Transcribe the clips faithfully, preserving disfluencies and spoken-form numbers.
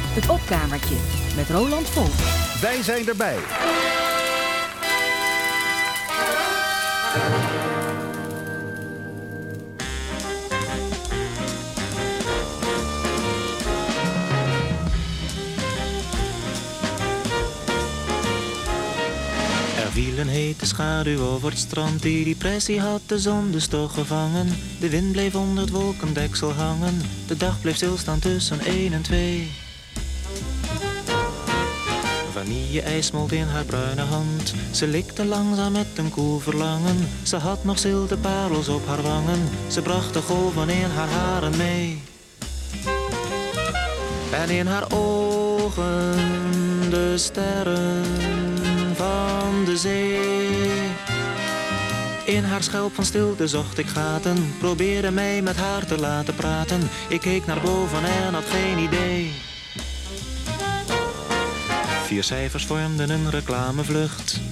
Het opkamertje met Roland Volk. Wij zijn erbij. Er viel een hete schaduw over het strand. Die depressie had de zon dus toch gevangen. De wind bleef onder het wolkendeksel hangen. De dag bleef stilstaan tussen één en twee. Vanille-ijs smolt in haar bruine hand. Ze likte langzaam met een koel verlangen. Ze had nog zilte parels op haar wangen. Ze bracht de golven in haar haren mee. En in haar ogen de sterren van de zee. In haar schelp van stilte zocht ik gaten. Probeerde mij met haar te laten praten. Ik keek naar boven en had geen idee. Vier cijfers vormden een reclamevlucht.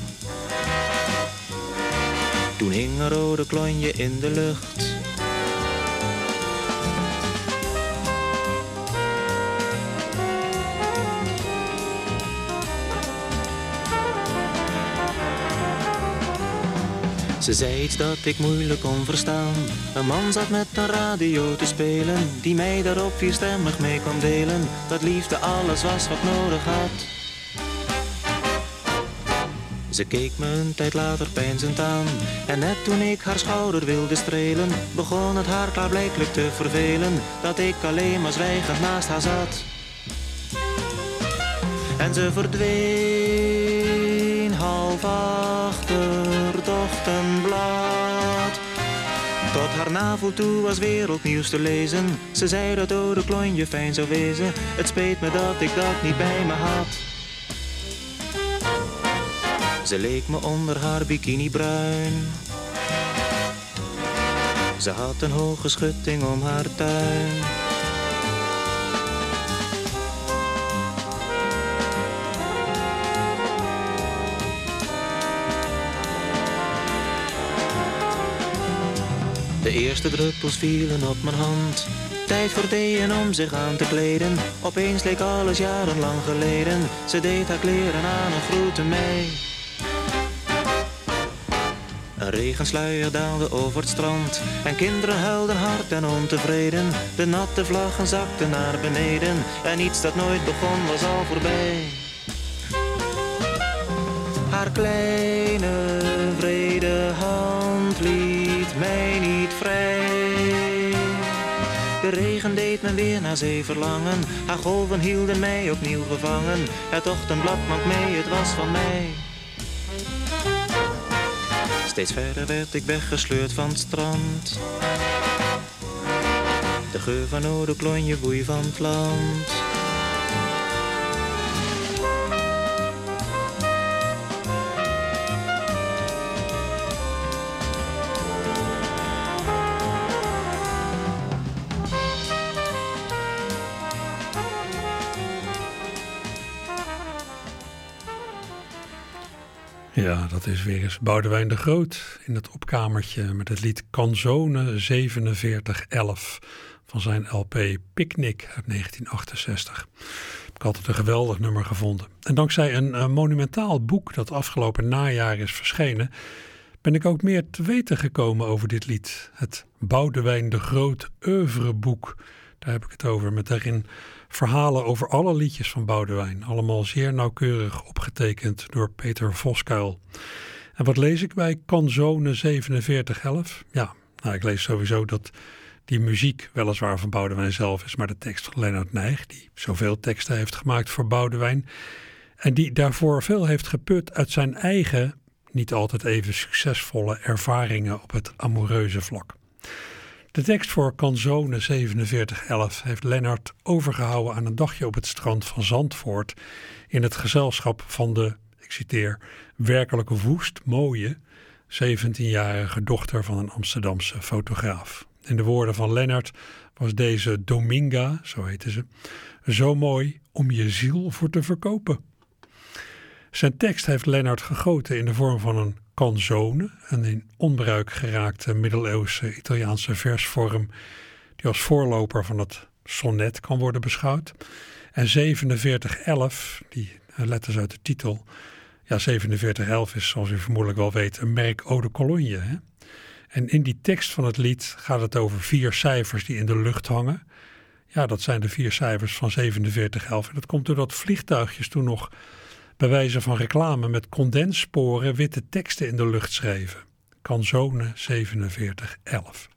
Toen hing een rode klonje in de lucht. Ze zei iets dat ik moeilijk kon verstaan. Een man zat met een radio te spelen, die mij daarop vierstemmig mee kon delen. Dat liefde alles was wat nodig had. Ze keek me een tijd later peinzend aan. En net toen ik haar schouder wilde strelen, begon het haar klaarblijkelijk te vervelen dat ik alleen maar zwijgend naast haar zat. En ze verdween half achter het ochtendblad. Tot haar navel toe was wereldnieuws te lezen. Ze zei dat oude klonje fijn zou wezen. Het speet me dat ik dat niet bij me had. Ze leek me onder haar bikini bruin. Ze had een hoge schutting om haar tuin. De eerste druppels vielen op mijn hand. Tijd voor deeën om zich aan te kleden. Opeens leek alles jarenlang geleden. Ze deed haar kleren aan en groette mij. Een regensluier daalde over het strand. En kinderen huilden hard en ontevreden. De natte vlaggen zakten naar beneden. En iets dat nooit begon was al voorbij. Haar kleine vrede hand liet mij niet vrij. De regen deed me weer naar zee verlangen. Haar golven hielden mij opnieuw gevangen. Het ochtendblad maakt mee, het was van mij. Steeds verder werd ik weggesleurd van het strand. De geur van oude klonje woei van het land. Ja, dat is weer eens Boudewijn de Groot in het opkamertje met het lied Canzone zevenenveertig elf van zijn L P Picnic uit negentien achtenzestig. Heb ik altijd een geweldig nummer gevonden. En dankzij een, een monumentaal boek dat afgelopen najaar is verschenen, ben ik ook meer te weten gekomen over dit lied. Het Boudewijn de Groot oeuvreboek. Daar heb ik het over, met daarin verhalen over alle liedjes van Boudewijn. Allemaal zeer nauwkeurig opgetekend door Peter Voskuil. En wat lees ik bij Canzone zevenenveertig elf? Ja, nou, ik lees sowieso dat die muziek weliswaar van Boudewijn zelf is, maar de tekst van Lennart Nijg, die zoveel teksten heeft gemaakt voor Boudewijn, en die daarvoor veel heeft geput uit zijn eigen, niet altijd even succesvolle ervaringen op het amoureuze vlak. De tekst voor Canzone zevenenveertig elf heeft Lennart overgehouden aan een dagje op het strand van Zandvoort in het gezelschap van de, ik citeer, werkelijk woest mooie zeventienjarige dochter van een Amsterdamse fotograaf. In de woorden van Lennart was deze Dominga, zo heette ze, zo mooi om je ziel voor te verkopen. Zijn tekst heeft Lennart gegoten in de vorm van een canzone, een in onbruik geraakte middeleeuwse Italiaanse versvorm die als voorloper van het sonnet kan worden beschouwd. En zevenenveertig elf, die letters uit de titel. Ja, zevenenveertig elf is, zoals u vermoedelijk wel weet, een merk eau de cologne. Hè? En in die tekst van het lied gaat het over vier cijfers die in de lucht hangen. Ja, dat zijn de vier cijfers van zevenenveertig elf. En dat komt doordat vliegtuigjes toen nog bij wijze van reclame met condenssporen witte teksten in de lucht schreven. Canzone zevenenveertig elf.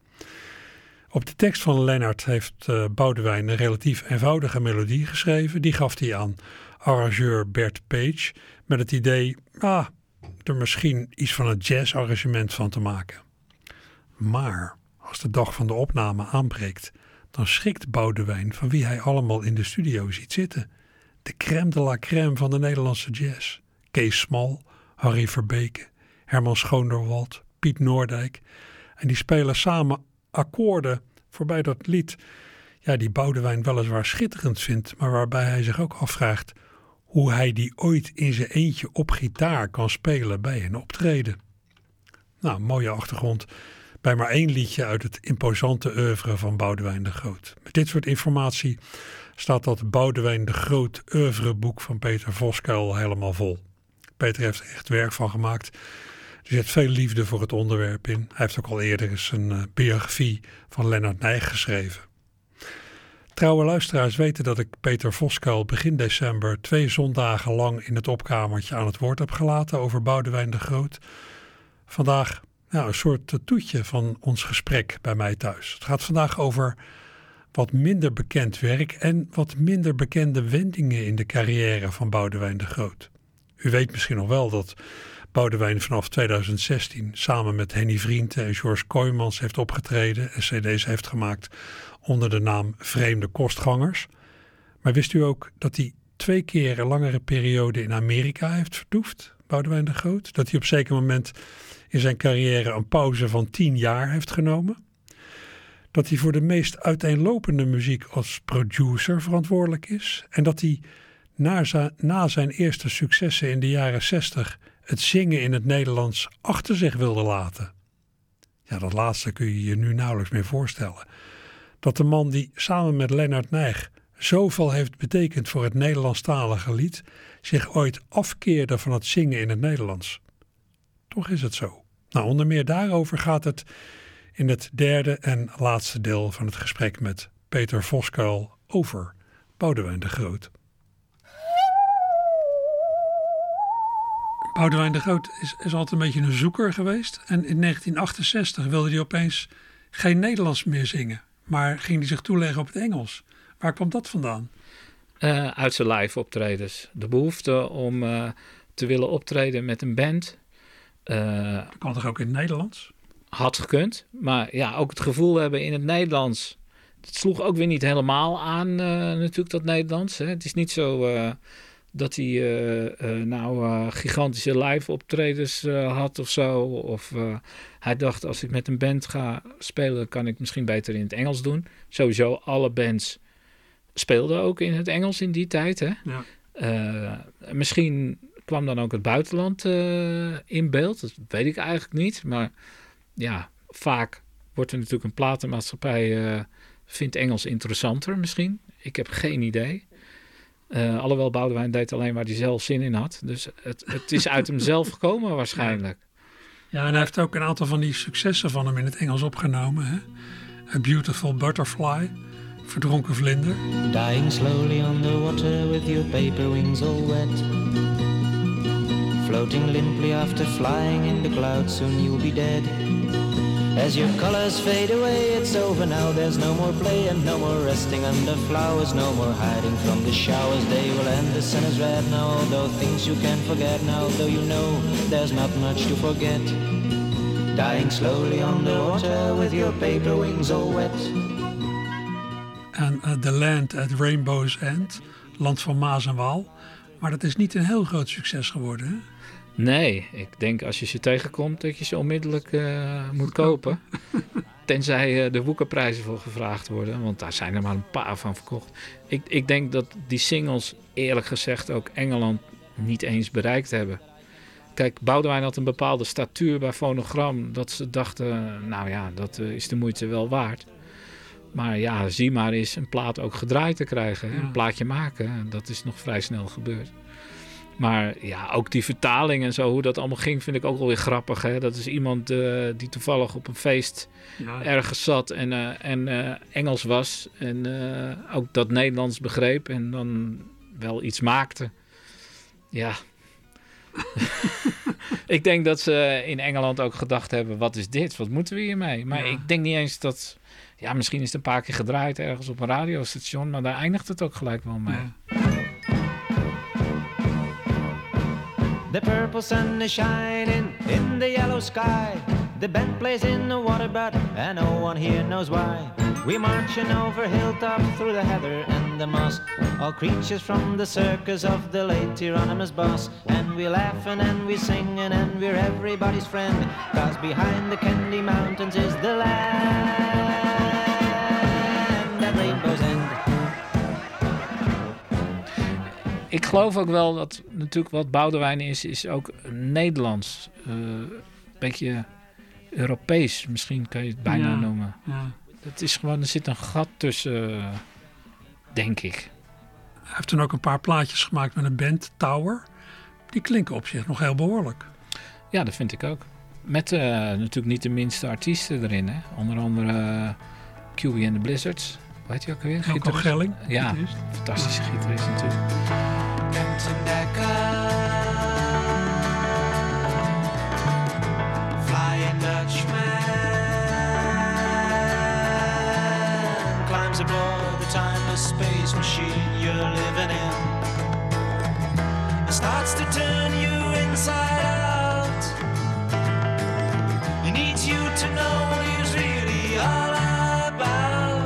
Op de tekst van Lennart heeft uh, Boudewijn een relatief eenvoudige melodie geschreven. Die gaf hij aan arrangeur Bert Page met het idee ah, er misschien iets van een jazzarrangement van te maken. Maar als de dag van de opname aanbreekt, dan schrikt Boudewijn van wie hij allemaal in de studio ziet zitten. De crème de la crème van de Nederlandse jazz. Kees Smal, Harry Verbeke, Herman Schoonderwald, Piet Noordijk. En die spelen samen akkoorden voorbij dat lied, ja, die Boudewijn weliswaar schitterend vindt, maar waarbij hij zich ook afvraagt hoe hij die ooit in zijn eentje op gitaar kan spelen bij een optreden. Nou, mooie achtergrond bij maar één liedje uit het imposante oeuvre van Boudewijn de Groot. Met dit soort informatie staat dat Boudewijn de Groot oeuvreboek van Peter Voskuil helemaal vol. Peter heeft er echt werk van gemaakt. Er zit veel liefde voor het onderwerp in. Hij heeft ook al eerder eens een uh, biografie van Lennart Nijg geschreven. Trouwe luisteraars weten dat ik Peter Voskuil begin december twee zondagen lang in het opkamertje aan het woord heb gelaten over Boudewijn de Groot. Vandaag nou, een soort toetje van ons gesprek bij mij thuis. Het gaat vandaag over wat minder bekend werk en wat minder bekende wendingen in de carrière van Boudewijn de Groot. U weet misschien nog wel dat Boudewijn vanaf tweeduizend zestien samen met Henny Vrienden en George Kooijmans heeft opgetreden en cd's heeft gemaakt onder de naam Vreemde Kostgangers. Maar wist u ook dat hij twee keer een langere periode in Amerika heeft vertoefd, Boudewijn de Groot? Dat hij op een zeker moment in zijn carrière een pauze van tien jaar heeft genomen? Dat hij voor de meest uiteenlopende muziek als producer verantwoordelijk is? En dat hij na zijn, na zijn eerste successen in de jaren zestig het zingen in het Nederlands achter zich wilde laten? Ja, dat laatste kun je je nu nauwelijks meer voorstellen. Dat de man die samen met Lennart Nijg zoveel heeft betekend voor het Nederlandstalige lied zich ooit afkeerde van het zingen in het Nederlands. Toch is het zo. Nou, onder meer daarover gaat het in het derde en laatste deel van het gesprek met Peter Voskuil over Boudewijn de Groot. Boudewijn de Groot is, is altijd een beetje een zoeker geweest. En in negentien achtenzestig wilde hij opeens geen Nederlands meer zingen. Maar ging hij zich toeleggen op het Engels. Waar kwam dat vandaan? Uh, uit zijn live optredens. De behoefte om uh, te willen optreden met een band. Uh, kan toch ook in het Nederlands? Had gekund. Maar ja, ook het gevoel hebben in het Nederlands. Het sloeg ook weer niet helemaal aan uh, natuurlijk dat Nederlands. Hè. Het is niet zo uh, dat hij uh, uh, nou uh, gigantische live optredens uh, had of zo. Of uh, hij dacht, als ik met een band ga spelen, kan ik misschien beter in het Engels doen. Sowieso alle bands speelden ook in het Engels in die tijd. Hè? Ja. Uh, misschien kwam dan ook het buitenland uh, in beeld. Dat weet ik eigenlijk niet. Maar ja, vaak wordt er natuurlijk een platenmaatschappij uh, vindt Engels interessanter misschien. Ik heb geen idee. Uh, alhoewel Boudewijn deed alleen waar hij zelf zin in had. Dus het, het is uit hemzelf gekomen waarschijnlijk. Ja, en hij heeft ook een aantal van die successen van hem in het Engels opgenomen. Hè? A Beautiful Butterfly, Verdronken Vlinder. Dying slowly on the water with your paper wings all wet. Floating limply after flying in the clouds, soon you'll be dead. As your colors fade away, it's over now. There's no more play and no more resting under flowers. No more hiding from the showers. Day will end, the sun is red now. Although things you can't forget now. Though you know there's not much to forget. Dying slowly on the water with your paper wings all wet. En uh, The Land at Rainbow's End, Land van Maas en Waal. Maar dat is niet een heel groot succes geworden, hè? Nee, ik denk als je ze tegenkomt dat je ze onmiddellijk uh, moet kopen. Tenzij uh, de woekerprijzen voor gevraagd worden. Want daar zijn er maar een paar van verkocht. Ik, ik denk dat die singles eerlijk gezegd ook Engeland niet eens bereikt hebben. Kijk, Boudewijn had een bepaalde statuur bij Fonogram. Dat ze dachten, nou ja, dat uh, is de moeite wel waard. Maar ja, zie maar eens een plaat ook gedraaid te krijgen. Hè? Ja. Een plaatje maken, dat is nog vrij snel gebeurd. Maar ja, ook die vertaling en zo, hoe dat allemaal ging, vind ik ook wel weer grappig. Hè? Dat is iemand uh, die toevallig op een feest Ja. ergens zat en, uh, en uh, Engels was. En uh, ook dat Nederlands begreep en dan wel iets maakte. Ja. Ik denk dat ze in Engeland ook gedacht hebben, wat is dit? Wat moeten we hiermee? Maar Ja. ik denk niet eens dat... Ja, misschien is het een paar keer gedraaid ergens op een radiostation, maar daar eindigt het ook gelijk wel mee. Ja. The purple sun is shining in the yellow sky. The band plays in the waterbed and no one here knows why. We're marching over hilltops through the heather and the moss. All creatures from the circus of the late Hieronymus Boss. And we're laughing and we're singing and we're everybody's friend. Cause behind the Candy Mountains is the land that rainbows end. Ik geloof ook wel dat natuurlijk wat Boudewijn is, is ook Nederlands. Uh, een beetje Europees, misschien kan je het bijna Ja. noemen. Ja. Het is gewoon, er zit een gat tussen, uh, denk ik. Hij heeft toen ook een paar plaatjes gemaakt met een band, Tower. Die klinken op zich nog heel behoorlijk. Ja, dat vind ik ook. Met uh, natuurlijk niet de minste artiesten erin. Hè? Onder andere uh, Q B and the Blizzards. Hoe heet hij ook alweer? Elko Gitarist. Gelling. Ja, gitarist. fantastische gitarist natuurlijk. Captain Decker, Flying Dutchman, climbs aboard the timeless space machine you're living in. It starts to turn you inside out. He needs you to know what he's really all about.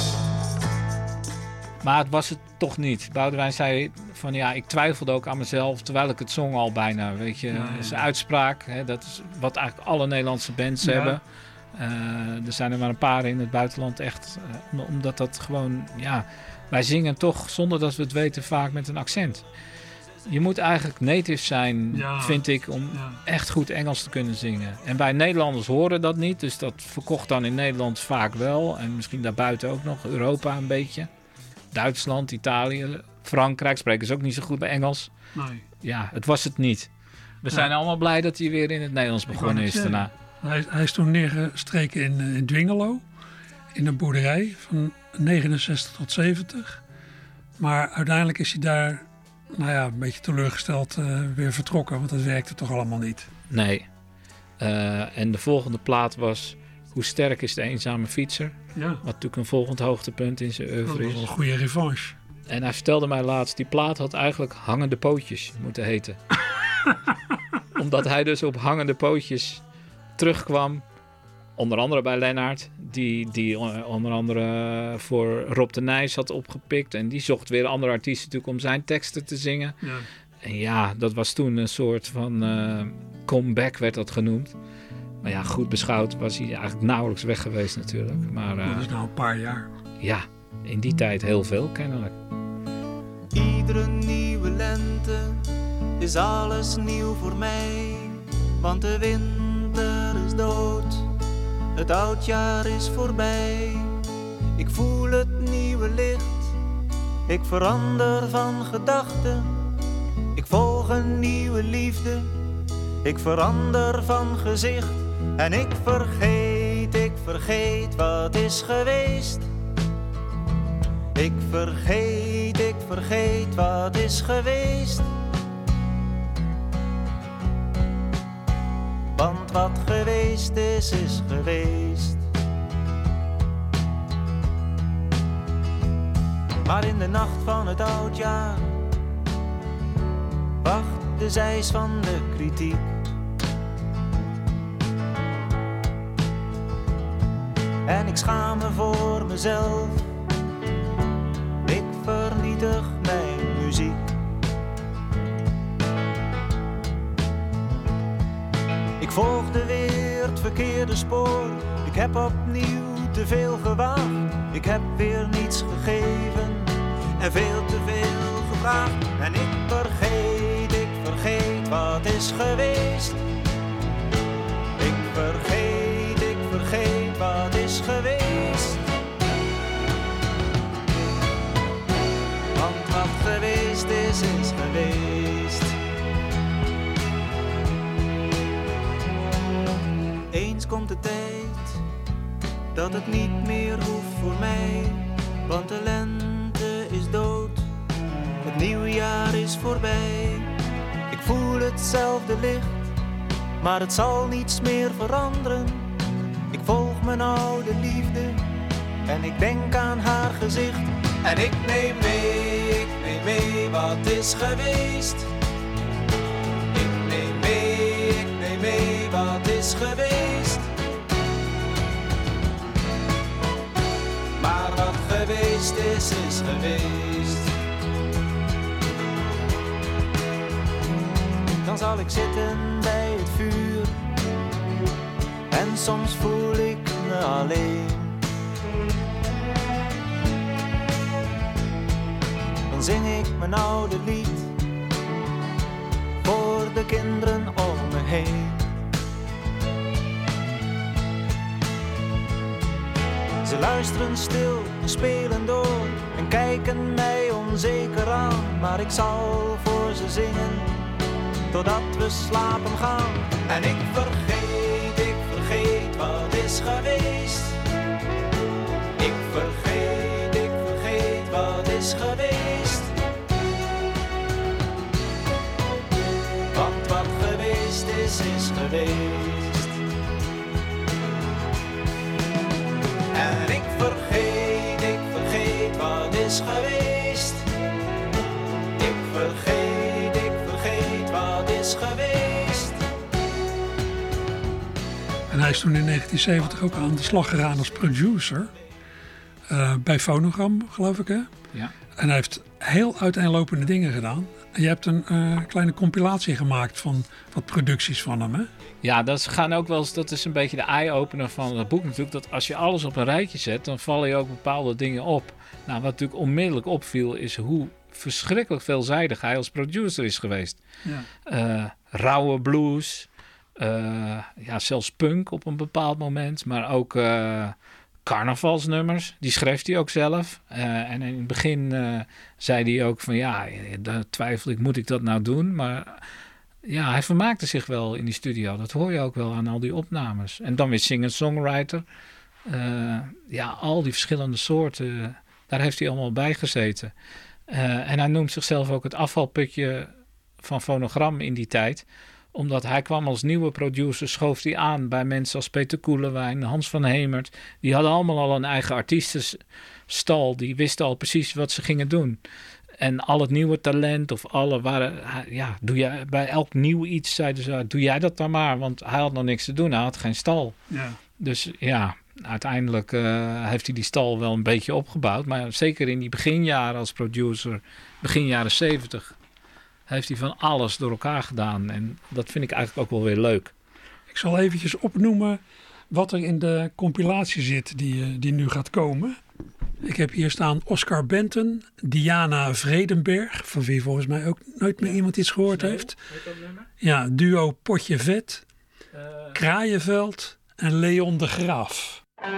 Maar het was het toch niet. Boudewijn zei van ja, ik twijfelde ook aan mezelf terwijl ik het zong al bijna. Weet je, Ja, ja. zijn uitspraak, hè, dat is wat eigenlijk alle Nederlandse bands Ja. hebben. Uh, er zijn er maar een paar in het buitenland echt, uh, omdat dat gewoon, ja, wij zingen toch zonder dat we het weten vaak met een accent. Je moet eigenlijk native zijn, Ja. vind ik, om Ja. echt goed Engels te kunnen zingen. En wij Nederlanders horen dat niet, dus dat verkocht dan in Nederland vaak wel. En misschien daarbuiten ook nog, Europa een beetje. Duitsland, Italië, Frankrijk spreken ze ook niet zo goed bij Engels. Nee. Ja, het was het niet. We Ja. zijn allemaal blij dat hij weer in het Nederlands wou begonnen net is zeggen. daarna. Hij, hij is toen neergestreken in, uh, in Dwingelo. In een boerderij van negenenzestig tot zeventig. Maar uiteindelijk is hij daar, nou ja, een beetje teleurgesteld uh, weer vertrokken. Want dat werkte toch allemaal niet. Nee. Uh, en de volgende plaat was Hoe sterk is de eenzame fietser? Ja, Wat natuurlijk een volgend hoogtepunt in zijn dat oeuvre was is. wel een goede revanche. En hij vertelde mij laatst, die plaat had eigenlijk Hangende Pootjes moeten heten. Omdat hij dus op hangende pootjes terugkwam. Onder andere bij Lennart, die, die onder andere voor Rob de Nijs had opgepikt. En die zocht weer andere artiesten natuurlijk om zijn teksten te zingen. Ja. En ja, dat was toen een soort van uh, comeback werd dat genoemd. Maar ja, goed beschouwd was hij eigenlijk nauwelijks weg geweest natuurlijk. Maar uh, Dat is nou een paar jaar. ja, in die tijd heel veel kennelijk. Iedere nieuwe lente is alles nieuw voor mij. Want de winter is dood, het oudjaar is voorbij. Ik voel het nieuwe licht, ik verander van gedachten. Ik volg een nieuwe liefde, ik verander van gezicht. En ik vergeet, ik vergeet wat is geweest. Ik vergeet, ik vergeet wat is geweest. Want wat geweest is, is geweest. Maar in de nacht van het oudjaar wacht de zeis van de kritiek. En ik schaam me voor mezelf. Ik vernietig mijn muziek. Ik volgde weer het verkeerde spoor. Ik heb opnieuw te veel gewaagd. Ik heb weer niets gegeven en veel te veel gevraagd. En ik vergeet, ik vergeet wat is geweest. Ik vergeet, ik vergeet wat is geweest. is, is geweest. Eens komt de tijd dat het niet meer hoeft voor mij, want de lente is dood, het nieuwjaar is voorbij. Ik voel hetzelfde licht, maar het zal niets meer veranderen. Ik volg mijn oude liefde en ik denk aan haar gezicht. En ik neem mee, ik neem mee wat is geweest. Ik neem mee, ik neem mee wat is geweest. Maar wat geweest is, is geweest. Dan zal ik zitten bij het vuur en soms voel ik me alleen. Dan zing ik mijn oude lied voor de kinderen om me heen. Ze luisteren stil, spelen door en kijken mij onzeker aan. Maar ik zal voor ze zingen totdat we slapen gaan. En ik vergeet, ik vergeet wat is geweest. Ik vergeet, ik vergeet wat is geweest. Want wat geweest is, is geweest. En ik vergeet, ik vergeet wat is geweest. Ik vergeet, ik vergeet wat is geweest. En hij is toen in negentien zeventig ook aan de slag gegaan als producer. Uh, bij Phonogram, geloof ik, hè? Ja. En hij heeft heel uiteenlopende dingen gedaan. En je hebt een uh, kleine compilatie gemaakt van wat producties van hem, hè? Ja, dat is, gaan ook wel eens, dat is een beetje de eye-opener van het boek natuurlijk. Dat als je alles op een rijtje zet, dan vallen je ook bepaalde dingen op. Nou, wat natuurlijk onmiddellijk opviel, is hoe verschrikkelijk veelzijdig hij als producer is geweest. Ja. Uh, rauwe blues, uh, ja, zelfs punk op een bepaald moment, maar ook uh, carnavalsnummers. Die schreef hij ook zelf. Uh, en in het begin uh, zei hij ook van ja, daar twijfel ik, moet ik dat nou doen? Maar ja, hij vermaakte zich wel in die studio. Dat hoor je ook wel aan al die opnames. En dan weer singer-songwriter. Uh, ja, al die verschillende soorten, daar heeft hij allemaal bij gezeten. Uh, en hij noemt zichzelf ook het afvalputje van Phonogram in die tijd. Omdat hij kwam als nieuwe producer, schoof hij aan bij mensen als Peter Koelewijn, Hans van Hemert. Die hadden allemaal al een eigen artiestenstal. Die wisten al precies wat ze gingen doen. En al het nieuwe talent of alle waren, ja, doe jij bij elk nieuw iets zeiden ze, doe jij dat dan maar, want hij had nog niks te doen, hij had geen stal. Ja. Dus ja, uiteindelijk uh, heeft hij die stal wel een beetje opgebouwd, maar zeker in die beginjaren als producer, begin jaren zeventig, heeft hij van alles door elkaar gedaan en dat vind ik eigenlijk ook wel weer leuk. Ik zal eventjes opnoemen wat er in de compilatie zit die, die nu gaat komen. Ik heb hier staan Oscar Benton, Diana Vredenberg, van wie volgens mij ook nooit meer iemand iets gehoord heeft. Ja, duo Potje Vet, uh... Kraaienveld en Leon de Graaf.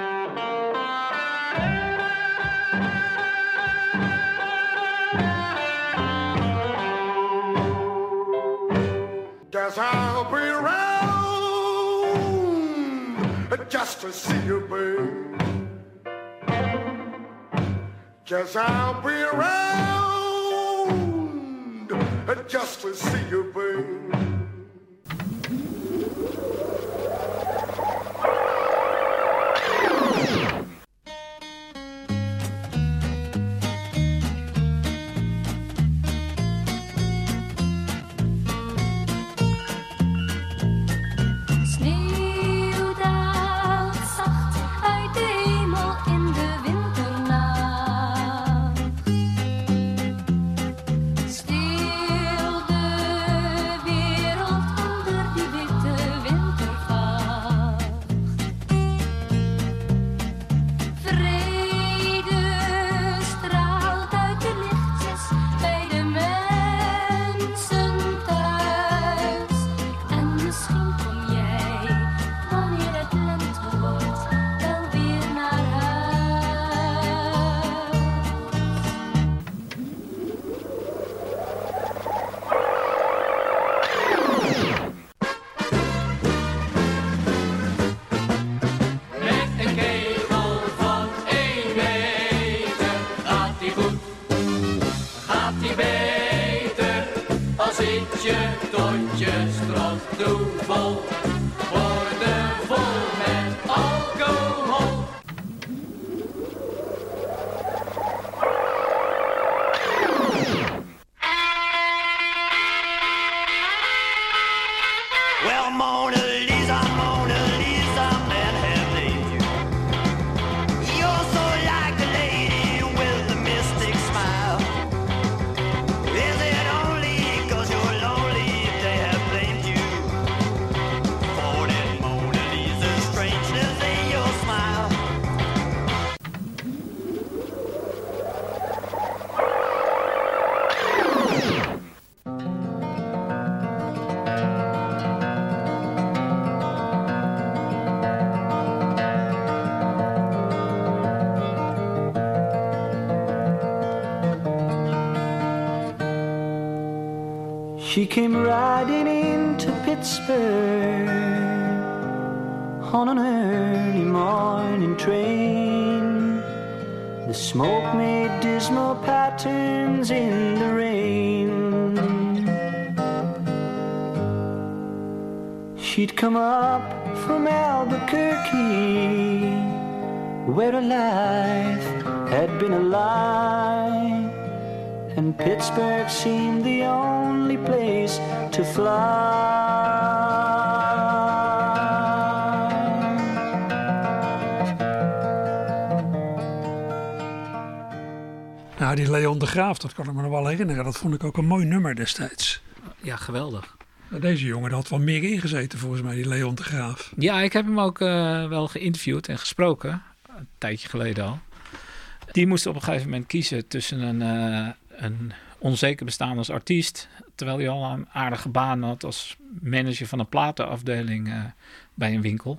Guess I'll be around just to see you, babe. Guess I'll be around just to see you, babe. Stil de totje, totje, strot toe vol. Worden vol met alcohol. Well, Mona Lisa, Mona Lisa, men have named you. You're so like a lady with a mystic smile. Is it only 'cause you're lonely they have blamed you for that Mona Lisa strangeness in your smile? She came riding into Pittsburgh on an early morning train. The smoke made dismal patterns in the rain. She'd come up from Albuquerque, where her life had been a lie, and Pittsburgh seemed the only place to fly. Nou, die Leon de Graaf, dat kan ik me nog wel herinneren. Dat vond ik ook een mooi nummer destijds. Ja, geweldig. Deze jongen had wel meer ingezeten volgens mij, die Leon de Graaf. Ja, ik heb hem ook uh, wel geïnterviewd en gesproken. Een tijdje geleden al. Die moest op een gegeven moment kiezen tussen een, uh, een onzeker bestaan als artiest, terwijl hij al een aardige baan had als manager van een platenafdeling uh, bij een winkel.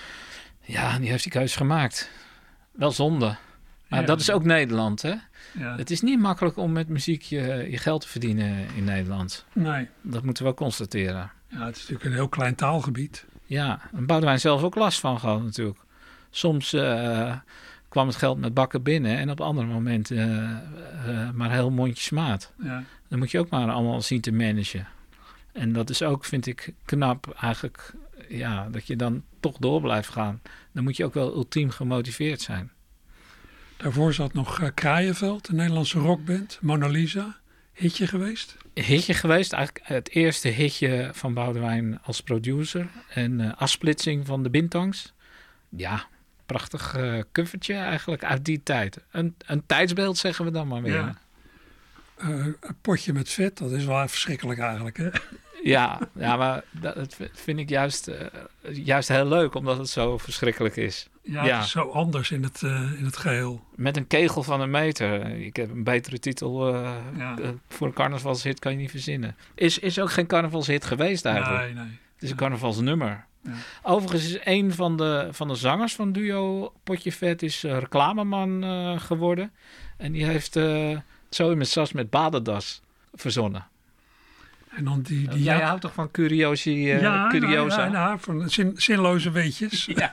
Ja, die heeft die keuze gemaakt. Wel zonde. Maar ja, dat is ook Nederland, hè? Ja. Het is niet makkelijk om met muziek je, je geld te verdienen in Nederland. Nee. Dat moeten we wel constateren. Ja, het is natuurlijk een heel klein taalgebied. Ja, en Boudewijn zelf ook last van gehad natuurlijk. Soms uh, kwam het geld met bakken binnen en op andere momenten uh, uh, maar heel mondjesmaat. Ja. Dan moet je ook maar allemaal zien te managen. En dat is ook, vind ik, knap eigenlijk, ja, dat je dan toch door blijft gaan. Dan moet je ook wel ultiem gemotiveerd zijn. Daarvoor zat nog uh, Kraaienveld, een Nederlandse rockband, Mona Lisa. Hitje geweest? Hitje geweest, eigenlijk het eerste hitje van Boudewijn als producer. En uh, afsplitsing van de Bintangs. Ja, prachtig uh, covertje eigenlijk uit die tijd. Een, een tijdsbeeld zeggen we dan maar weer. Ja. Uh, een potje met vet, dat is wel verschrikkelijk eigenlijk, hè? Ja, ja, maar dat vind ik juist, uh, juist heel leuk, omdat het zo verschrikkelijk is. Ja, ja. Het is zo anders in het, uh, in het geheel. Met een kegel van een meter. Ik heb een betere titel uh, ja. uh, voor een carnavalshit kan je niet verzinnen. Is, is ook geen carnavalshit geweest eigenlijk. Nee, nee. Het is een carnavalsnummer. Ja. Overigens is een van de, van de zangers van duo Potje Vet is uh, reclameman uh, geworden. En die heeft uh, zo met Sas met Badendas verzonnen. En dan die, die Jij ja... houdt toch van curiosi, uh, ja, curiosa? Nou, ja, nou, van zin, zinloze weetjes. Ja.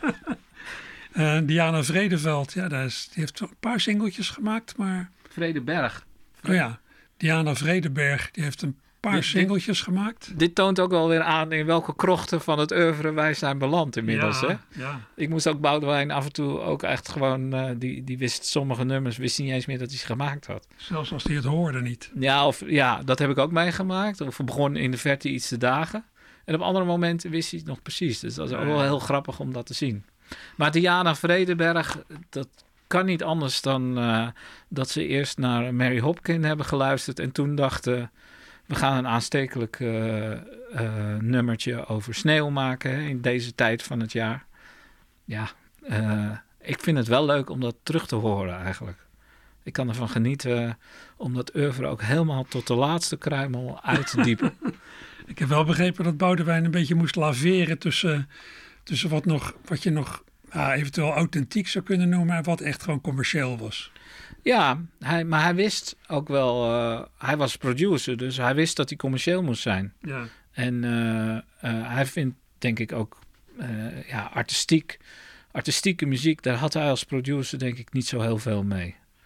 uh, Diana Vredeveld, ja, daar is, die heeft een paar singeltjes gemaakt, maar... Vredeberg. Oh ja, Diana Vredeberg, die heeft een paar dit, singeltjes dit, gemaakt. Dit toont ook wel weer aan in welke krochten van het oeuvre wij zijn beland inmiddels. Ja, hè? ja. Ik moest ook Boudewijn af en toe ook echt gewoon... Uh, die, die wist sommige nummers, wist niet eens meer dat hij ze gemaakt had. Zelfs als hij het hoorde niet. Ja, of, ja, dat heb ik ook meegemaakt. Of we begonnen in de verte iets te dagen. En op andere momenten wist hij het nog precies. Dus dat is ook wel heel grappig om dat te zien. Maar Diana Vredeberg, dat kan niet anders dan uh, dat ze eerst naar Mary Hopkin hebben geluisterd en toen dachten... We gaan een aanstekelijk uh, uh, nummertje over sneeuw maken hè, in deze tijd van het jaar. Ja, uh, ik vind het wel leuk om dat terug te horen eigenlijk. Ik kan ervan genieten om dat oeuvre ook helemaal tot de laatste kruimel uit te diepen. Ik heb wel begrepen dat Boudewijn een beetje moest laveren tussen, tussen wat, nog, wat je nog uh, eventueel authentiek zou kunnen noemen en wat echt gewoon commercieel was. Ja, hij, maar hij wist ook wel, uh, hij was producer, dus hij wist dat hij commercieel moest zijn. Ja. En uh, uh, hij vindt, denk ik ook, uh, ja, artistiek, artistieke muziek, daar had hij als producer denk ik niet zo heel veel mee.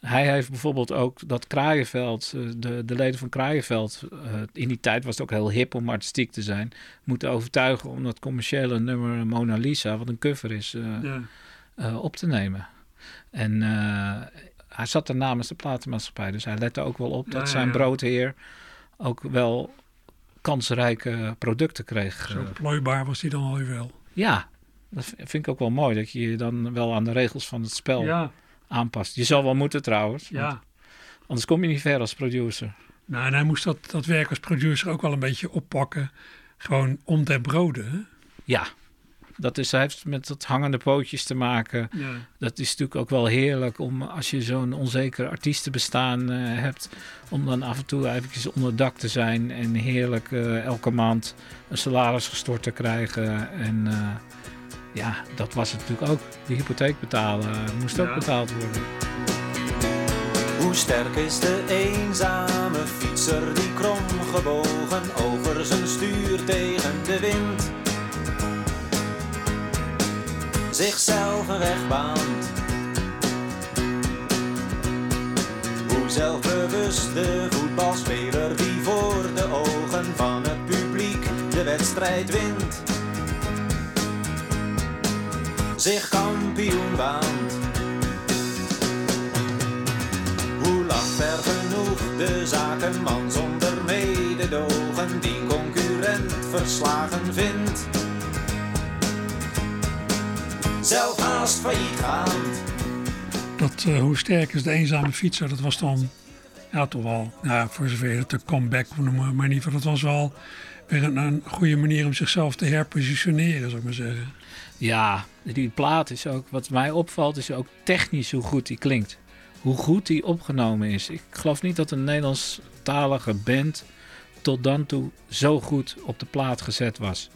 Hij heeft bijvoorbeeld ook dat Kraaienveld, uh, de, de leden van Kraaienveld, uh, in die tijd was het ook heel hip om artistiek te zijn, moeten overtuigen om dat commerciële nummer Mona Lisa, wat een cover is, uh, Ja. uh, op te nemen. En uh, hij zat er namens de platenmaatschappij, dus hij lette ook wel op Ja, dat ja, zijn ja. broodheer ook wel kansrijke producten kreeg. Zo plooibaar was hij dan alweer wel. Ja, dat vind ik ook wel mooi, dat je je dan wel aan de regels van het spel Ja, aanpast. Je zal wel moeten trouwens, want ja. anders kom je niet ver als producer. Nou, en hij moest dat, dat werk als producer ook wel een beetje oppakken. Gewoon om den brode, hè? Ja, dat is, hij heeft met dat hangende pootjes te maken. Ja. Dat is natuurlijk ook wel heerlijk om, als je zo'n onzeker artiestenbestaan uh, hebt, om dan af en toe eventjes onder dak te zijn en heerlijk uh, elke maand een salaris gestort te krijgen. En uh, ja, dat was het natuurlijk ook. De hypotheek betalen uh, moest ook Ja. betaald worden. Hoe sterk is de eenzame fietser die kromgebogen over zijn stuur tegen de wind zichzelf een weg baant. Hoe zelfbewust de voetbalspeler die voor de ogen van het publiek de wedstrijd wint zich kampioen waant. Hoe lacht ver genoeg de zakenman zonder mededogen die concurrent verslagen vindt, zelf haast failliet gaand. Dat, uh, hoe sterk is de eenzame fietser, dat was dan ja, toch wel, ja, voor zover je het een comeback noemen, maar in ieder geval, dat was wel weer een, een goede manier om zichzelf te herpositioneren, zou ik maar zeggen. Ja, die plaat is ook, wat mij opvalt, is ook technisch hoe goed die klinkt. Hoe goed die opgenomen is. Ik geloof niet dat een Nederlandstalige band tot dan toe zo goed op de plaat gezet was.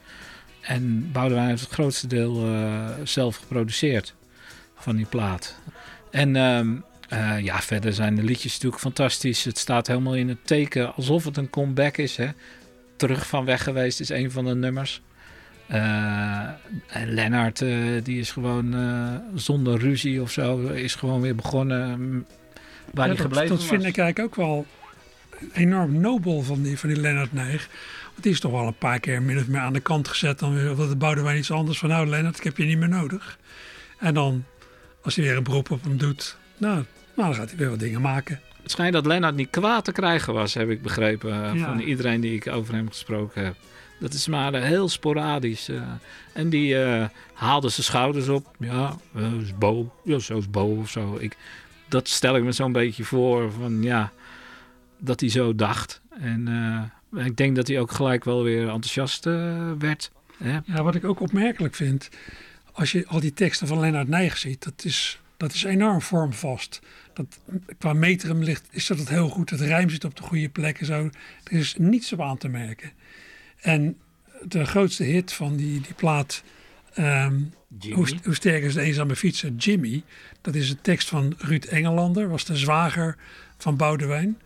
En Boudewijn heeft het grootste deel uh, zelf geproduceerd van die plaat. En um, uh, ja, verder zijn de liedjes natuurlijk fantastisch. Het staat helemaal in het teken alsof het een comeback is. Hè? Terug van weg geweest is een van de nummers. Uh, en Lennart, uh, die is gewoon uh, zonder ruzie of zo, is gewoon weer begonnen um, waar Ja, hij dat, gebleven dat was. vind ik eigenlijk ook wel enorm nobel van die, van die Lennart Nijg. Want die is toch wel een paar keer min of meer aan de kant gezet. Dan weer, dat bouwde wij iets anders van, nou Lennart, ik heb je niet meer nodig. En dan, als hij weer een beroep op hem doet, nou, nou dan gaat hij weer wat dingen maken. Het schijnt dat Lennart niet kwaad te krijgen was, heb ik begrepen, uh, Ja. van iedereen die ik over hem gesproken heb. Dat is maar uh, heel sporadisch. Uh, en die uh, haalde zijn schouders op. Ja, uh, is Bo. Ja, zo is Bo of zo. Ik, dat stel ik me zo'n beetje voor van ja, dat hij zo dacht. En uh, ik denk dat hij ook gelijk wel weer enthousiast uh, werd. Hè? Ja, wat ik ook opmerkelijk vind, als je al die teksten van Lennart Nijg ziet, dat is, dat is enorm vormvast. Dat, qua metrum ligt, is dat het heel goed. Het rijm zit op de goede plek en zo. Er is niets op aan te merken. En de grootste hit van die, die plaat, um, hoe, hoe sterk is de eenzame fietser, Jimmy. Dat is een tekst van Ruud Engelander, was de zwager van Boudewijn.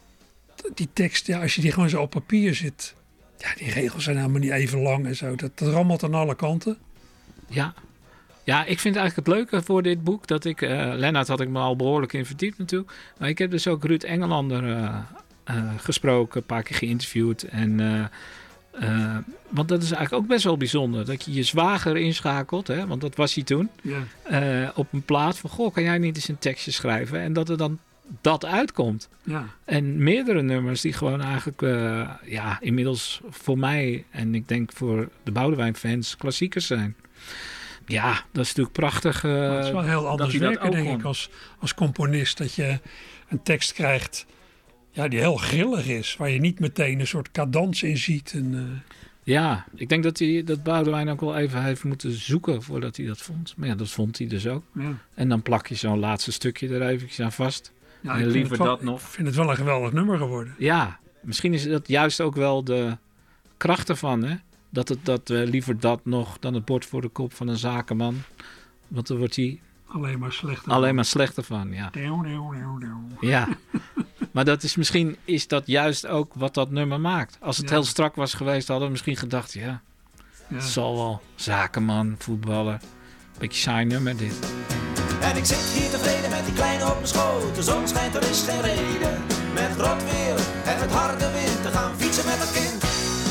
Die tekst, ja, als je die gewoon zo op papier zit, ja, die regels zijn helemaal niet even lang en zo. Dat, dat rammelt aan alle kanten. Ja. Ja, ik vind eigenlijk het leuke voor dit boek dat ik... Uh, Lennart had ik me al behoorlijk in verdiept natuurlijk. Maar ik heb dus ook Ruud Engelander uh, uh, gesproken, een paar keer geïnterviewd. En, uh, uh, want dat is eigenlijk ook best wel bijzonder. Dat je je zwager inschakelt, hè, want dat was hij toen. Ja. Uh, op een plaat van, goh, kan jij niet eens een tekstje schrijven? En dat er dan dat uitkomt. Ja. En meerdere nummers die gewoon eigenlijk, uh, ja, inmiddels voor mij... en ik denk voor de Boudewijn-fans klassiekers zijn. Ja, dat is natuurlijk prachtig. Uh, Maar het is wel heel anders hij dat werken, ook denk kon. ik, als, als componist. Dat je een tekst krijgt ja, die heel grillig is. Waar je niet meteen een soort cadans in ziet. En, uh... Ja, ik denk dat, hij, dat Boudewijn ook wel even heeft moeten zoeken voordat hij dat vond. Maar ja, dat vond hij dus ook. ja. En dan plak je zo'n laatste stukje er eventjes aan vast. Ja, en ik vind liever het wel- dat nog. Ik vind het wel een geweldig nummer geworden. Ja, misschien is dat juist ook wel de kracht ervan, hè? Dat het dat uh, liever dat nog dan het bord voor de kop van een zakenman. Want dan wordt hij Alleen maar slechter. alleen maar slechter van, ja. Deeuw, deeuw, deeuw, deeuw. Ja, maar dat is misschien is dat juist ook wat dat nummer maakt. Als het Ja. heel strak was geweest, hadden we misschien gedacht, ja, Ja. het zal wel. Zakenman, voetballer. Beetje saai nummer dit. En ik zit hier tevreden met die kleine op mijn schoot. De zon schijnt, er is geen reden. Met rot weer en met harde wind te gaan fietsen met het kind.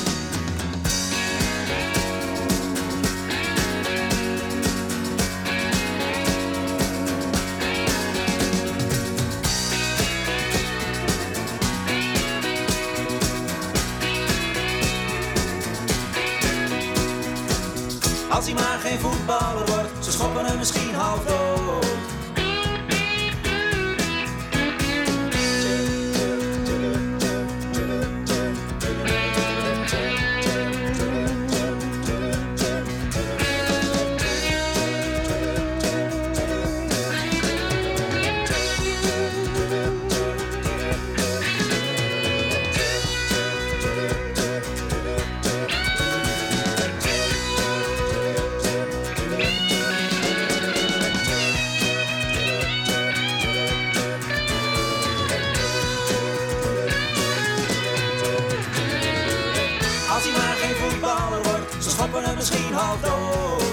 Als hij maar geen voetballer wordt, ze schoppen hem misschien half dood. Als hij maar geen voetballer wordt, ze schoppen hem misschien half dood.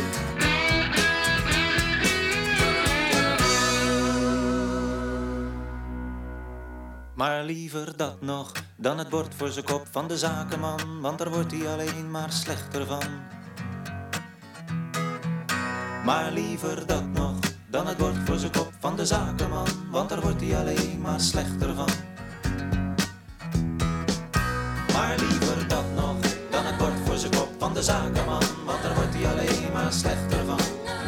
Maar liever dat nog, dan het bord voor zijn kop van de zakenman, want daar wordt hij alleen maar slechter van. Maar liever dat nog, dan het bord voor zijn kop van de zakenman, want daar wordt hij alleen maar slechter van. Maar liever dat nog, dan het bord voor zijn kop van de zakenman, want daar wordt hij alleen maar slechter van.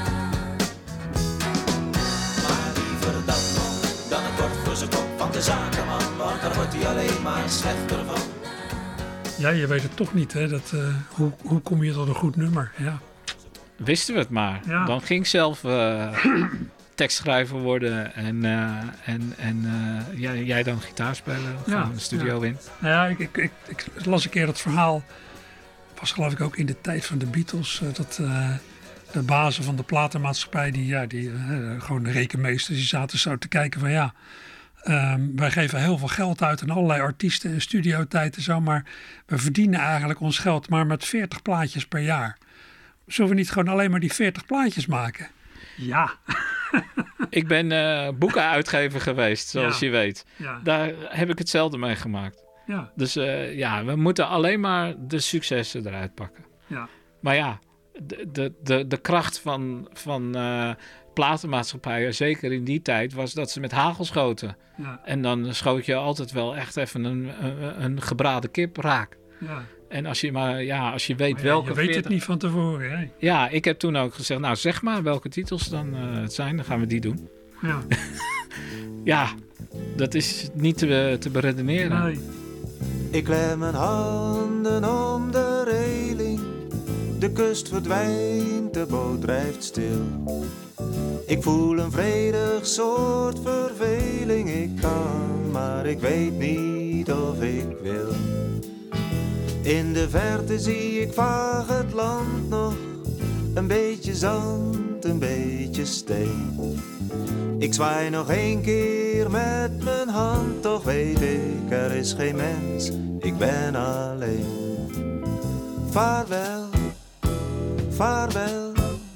Maar liever dat nog, dan het bord voor zijn kop van de zakenman, want daar wordt hij alleen maar slechter van. Ja, je weet het toch niet, hè? Dat, uh, hoe, hoe kom je tot een goed nummer? Ja. Wisten we het maar. Ja. Dan ging ik zelf uh, tekstschrijver worden en, uh, en, en uh, jij, jij dan gitaar spelen, ja, gewoon de studio ja. in. Nou ja, ik, ik, ik, ik las een keer dat verhaal, was geloof ik ook in de tijd van de Beatles, uh, dat uh, de bazen van de platenmaatschappij, die, ja, die uh, gewoon de rekenmeesters, die zaten zo te kijken van ja, um, wij geven heel veel geld uit aan allerlei artiesten en studiotijd en zo, maar we verdienen eigenlijk ons geld maar met veertig plaatjes per jaar. Zullen we niet gewoon alleen maar die veertig plaatjes maken? Ja. Ik ben uh, boekenuitgever geweest, zoals ja. je weet. Ja. Daar heb ik hetzelfde mee gemaakt. Ja. Dus uh, ja, we moeten alleen maar de successen eruit pakken. Ja. Maar ja, de, de, de, de kracht van, van uh, platenmaatschappijen, zeker in die tijd, was dat ze met hagel schoten. Ja. En dan schoot je altijd wel echt even een, een, een gebraden kip raak. Ja. En als je maar, ja, als je weet ja, welke... Je weet veertig... het niet van tevoren, hè? Ja, ik heb toen ook gezegd, nou zeg maar welke titels dan uh, het zijn, dan gaan we die doen. Ja, ja, dat is niet te, te beredeneren. Nee. Ik leg mijn handen om de reling, de kust verdwijnt, de boot drijft stil. Ik voel een vredig soort verveling, ik kan, maar ik weet niet of ik wil. In de verte zie ik vaag het land nog, een beetje zand, een beetje steen. Ik zwaai nog één keer met mijn hand, toch weet ik, er is geen mens, ik ben alleen. Vaarwel, vaarwel,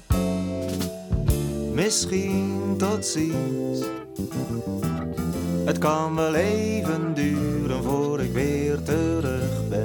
misschien tot ziens. Het kan wel even duren voor ik weer terug ben.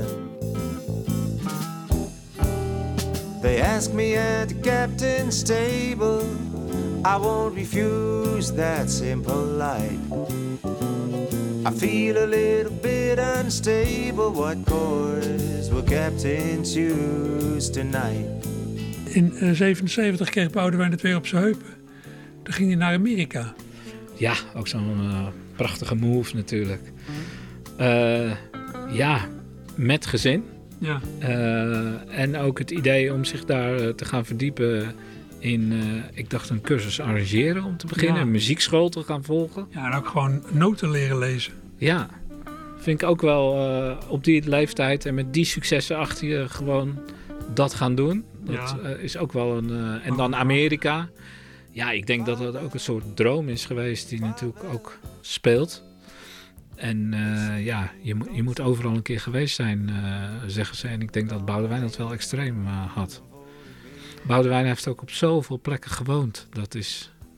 They ask me at the captain's table, I won't refuse that simple light. I feel a little bit unstable, what course will captain choose tonight? In uh, zevenenzeventig kreeg Boudewijn het weer op zijn heupen. Toen ging hij naar Amerika. Ja, ook zo'n uh, prachtige move natuurlijk. Uh, ja, met gezin. Ja. Uh, en ook het idee om zich daar uh, te gaan verdiepen in, uh, ik dacht een cursus arrangeren om te beginnen. Ja. Een muziekschool te gaan volgen. Ja, en ook gewoon noten leren lezen. Ja, vind ik ook wel uh, op die leeftijd en met die successen achter je gewoon dat gaan doen. Dat ja. uh, is ook wel een... Uh, en dan Amerika. Ja, ik denk dat dat ook een soort droom is geweest die natuurlijk ook speelt. En uh, ja, je, mo- je moet overal een keer geweest zijn, uh, zeggen ze. En ik denk dat Boudewijn dat wel extreem uh, had. Boudewijn heeft ook op zoveel plekken gewoond. Dat is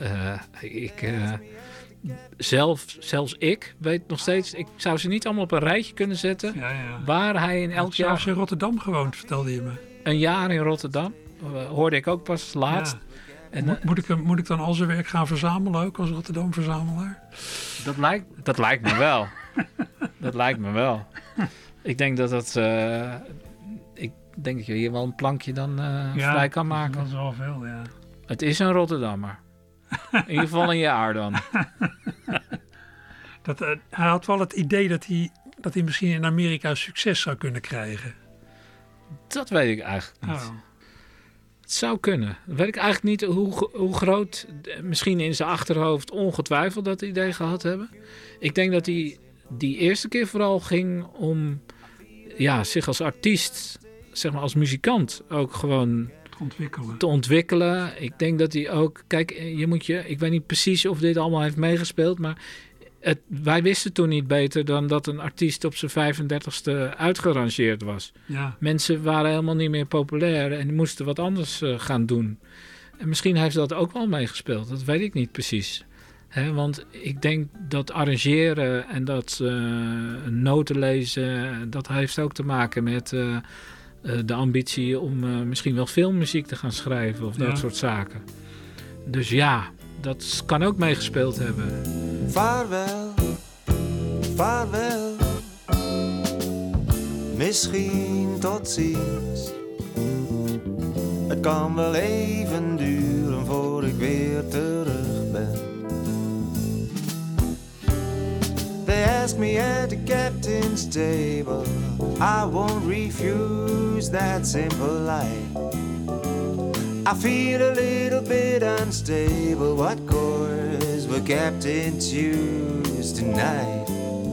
uh, ik, uh, zelf, zelfs ik weet nog steeds... Ik zou ze niet allemaal op een rijtje kunnen zetten... Ja, ja. waar hij in elk jaar... Zelfs in Rotterdam gewoond, vertelde je me. Een jaar in Rotterdam. Uh, hoorde ik ook pas laatst. Ja. En, Mo- moet, ik, moet ik dan al zijn werk gaan verzamelen ook als Rotterdam-verzamelaar? Dat lijkt, dat lijkt me wel. dat lijkt me wel. Ik denk dat dat... Uh, ik denk dat je hier wel een plankje dan uh, ja, vrij kan maken. Dat is wel veel, ja. Het is een Rotterdammer. In ieder geval een jaar dan. dat, uh, hij had wel het idee dat hij, dat hij misschien in Amerika succes zou kunnen krijgen. Dat weet ik eigenlijk niet. Oh. Het zou kunnen. Weet ik eigenlijk niet hoe, hoe groot, misschien in zijn achterhoofd ongetwijfeld dat idee gehad hebben. Ik denk dat hij die eerste keer vooral ging om ja, zich als artiest, zeg maar als muzikant ook gewoon te ontwikkelen. te ontwikkelen. Ik denk dat hij ook, kijk, je moet je, ik weet niet precies of dit allemaal heeft meegespeeld, maar het, wij wisten toen niet beter dan dat een artiest op zijn vijfendertigste uitgerangeerd was. Ja. Mensen waren helemaal niet meer populair en moesten wat anders uh, gaan doen. En misschien heeft dat ook wel meegespeeld. Dat weet ik niet precies. He, want ik denk dat arrangeren en dat uh, noten lezen, dat heeft ook te maken met uh, uh, de ambitie om uh, misschien wel filmmuziek te gaan schrijven of dat ja. soort zaken. Dus ja, dat kan ook meegespeeld hebben. Vaarwel, vaarwel, misschien tot ziens. Het kan wel even duren voor ik weer terug ben. They ask me at the captain's table, I won't refuse that simple lie. I feel a little bit unstable, what course will captain choose tonight?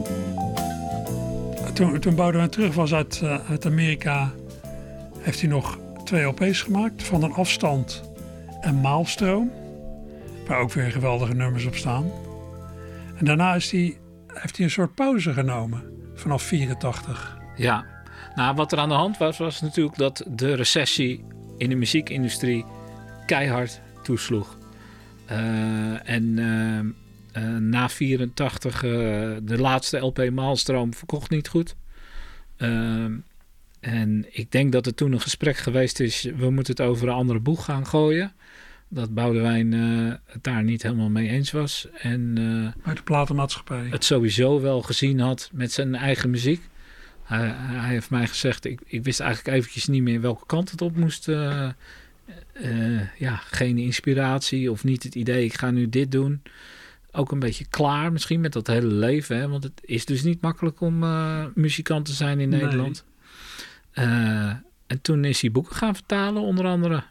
Toen, toen Boudewijn terug was uit, uh, uit Amerika, heeft hij nog twee L P's gemaakt. Van een afstand en Maalstroom, waar ook weer geweldige nummers op staan. En daarna is hij, heeft hij een soort pauze genomen, vanaf vierentachtig. Ja, nou wat er aan de hand was, was natuurlijk dat de recessie in de muziekindustrie keihard toesloeg. Uh, en uh, uh, na vierentachtig, uh, de laatste L P Maalstroom verkocht niet goed. Uh, en ik denk dat er toen een gesprek geweest is, we moeten het over een andere boeg gaan gooien. Dat Boudewijn uh, het daar niet helemaal mee eens was. En uh, bij de platenmaatschappij. Het sowieso wel gezien had met zijn eigen muziek. Hij, hij heeft mij gezegd, ik, ik wist eigenlijk eventjes niet meer welke kant het op moest. Uh, uh, ja, geen inspiratie of niet het idee, ik ga nu dit doen. Ook een beetje klaar misschien met dat hele leven. Hè? Want het is dus niet makkelijk om uh, muzikant te zijn in nee. Nederland. Uh, en toen is hij boeken gaan vertalen, onder andere.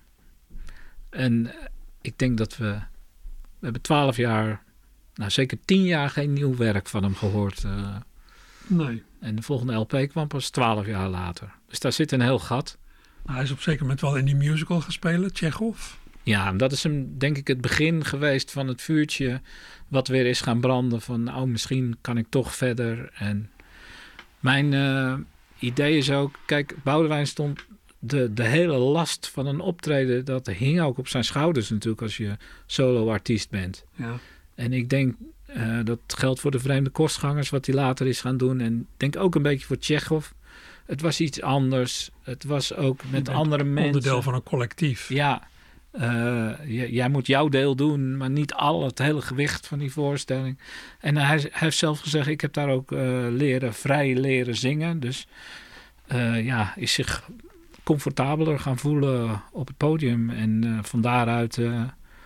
En uh, ik denk dat we... We hebben twaalf jaar, nou zeker tien jaar geen nieuw werk van hem gehoord. Uh, nee. En de volgende L P kwam pas twaalf jaar later. Dus daar zit een heel gat. Nou, hij is op zeker moment wel in die musical gespeeld, Tchekhov. Ja, dat is hem denk ik het begin geweest van het vuurtje wat weer is gaan branden. Van oh, misschien kan ik toch verder. En mijn uh, idee is ook, kijk, Boudewijn stond de, de hele last van een optreden, dat hing ook op zijn schouders natuurlijk als je solo-artiest bent. Ja. En ik denk, uh, dat geldt voor de vreemde kostgangers, wat hij later is gaan doen. En ik denk ook een beetje voor Tchekhov. Het was iets anders. Het was ook met andere mensen. Onderdeel van een collectief. Ja. Uh, j- jij moet jouw deel doen, maar niet al het hele gewicht van die voorstelling. En hij, hij heeft zelf gezegd, ik heb daar ook uh, leren, vrij leren zingen. Dus uh, ja, is zich comfortabeler gaan voelen op het podium. En uh, van daaruit uh,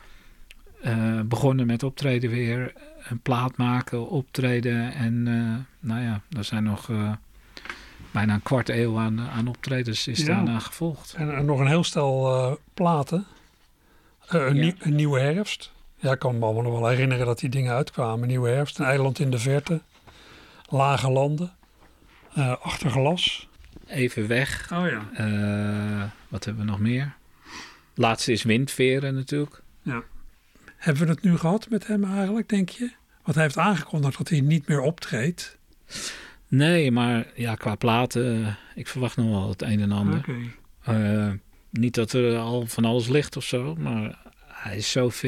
uh, begonnen met optreden weer. Een plaat maken, optreden. En uh, nou ja, er zijn nog uh, bijna een kwart eeuw aan, aan optredens is ja. daarna gevolgd. En, en nog een heel stel uh, platen. Uh, een, ja. nieuw, een nieuwe herfst. Ja, ik kan me allemaal nog wel herinneren dat die dingen uitkwamen. Nieuwe herfst, een eiland in de verte. Lage landen. Uh, achter glas. Even weg. Oh ja. Uh, wat hebben we nog meer? Laatste is Windveren natuurlijk. Ja. Hebben we het nu gehad met hem eigenlijk, denk je? Want hij heeft aangekondigd dat hij niet meer optreedt. Nee, maar ja, qua platen, uh, ik verwacht nog wel het een en ander. Okay. Uh, niet dat er al van alles ligt of zo, maar hij is zo fit.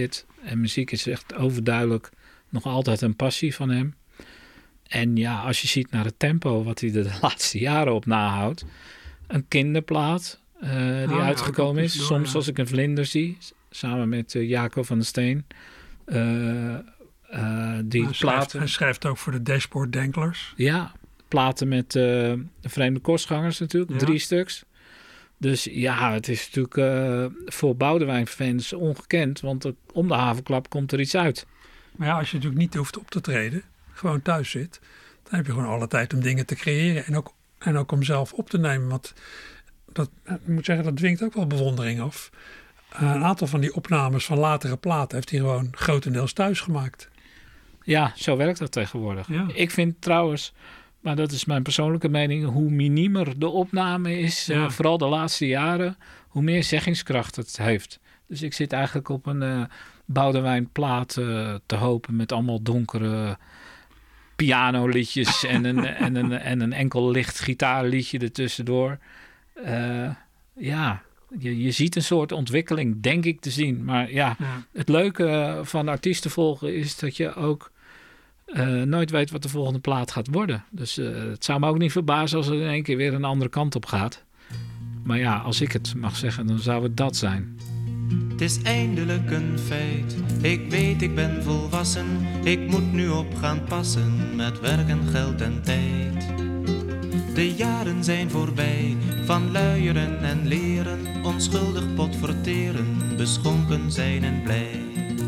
En muziek is echt overduidelijk nog altijd een passie van hem. En ja, als je ziet naar het tempo wat hij de laatste jaren op nahoudt. Een kinderplaat uh, die oh, uitgekomen ja, is. door, Soms ja. als ik een vlinder zie. Samen met uh, Jaco van der Steen. Uh, uh, die hij, schrijft, platen. hij schrijft ook voor de Dashboard Danklers. Ja, platen met uh, vreemde kostgangers natuurlijk. Ja. Drie stuks. Dus ja, het is natuurlijk uh, voor Boudewijn-fans ongekend. Want er, om de havenklap komt er iets uit. Maar ja, als je natuurlijk niet hoeft op te treden, gewoon thuis zit, dan heb je gewoon alle tijd om dingen te creëren. En ook, en ook om zelf op te nemen. Want dat, ik moet zeggen, dat dwingt ook wel bewondering af. Uh, een aantal van die opnames van latere platen heeft hij gewoon grotendeels thuis gemaakt. Ja, zo werkt dat tegenwoordig. Ja. Ik vind trouwens, maar dat is mijn persoonlijke mening, hoe miniemer de opname is, Ja. uh, vooral de laatste jaren, hoe meer zeggingskracht het heeft. Dus ik zit eigenlijk op een uh, Boudewijn-plaat uh, te hopen met allemaal donkere pianoliedjes en, een, en, een, en een enkel licht gitaarliedje ertussendoor. Uh, ja, je, je ziet een soort ontwikkeling, denk ik te zien. Maar ja, Ja. het leuke van artiesten volgen is dat je ook uh, nooit weet wat de volgende plaat gaat worden. Dus uh, het zou me ook niet verbazen als het in één keer weer een andere kant op gaat. Maar ja, als ik het mag zeggen, dan zou het dat zijn. Het is eindelijk een feit. Ik weet, ik ben volwassen. Ik moet nu op gaan passen met werk en geld en tijd. De jaren zijn voorbij van luieren en leren. Onschuldig pot verteren, beschonken zijn en blij.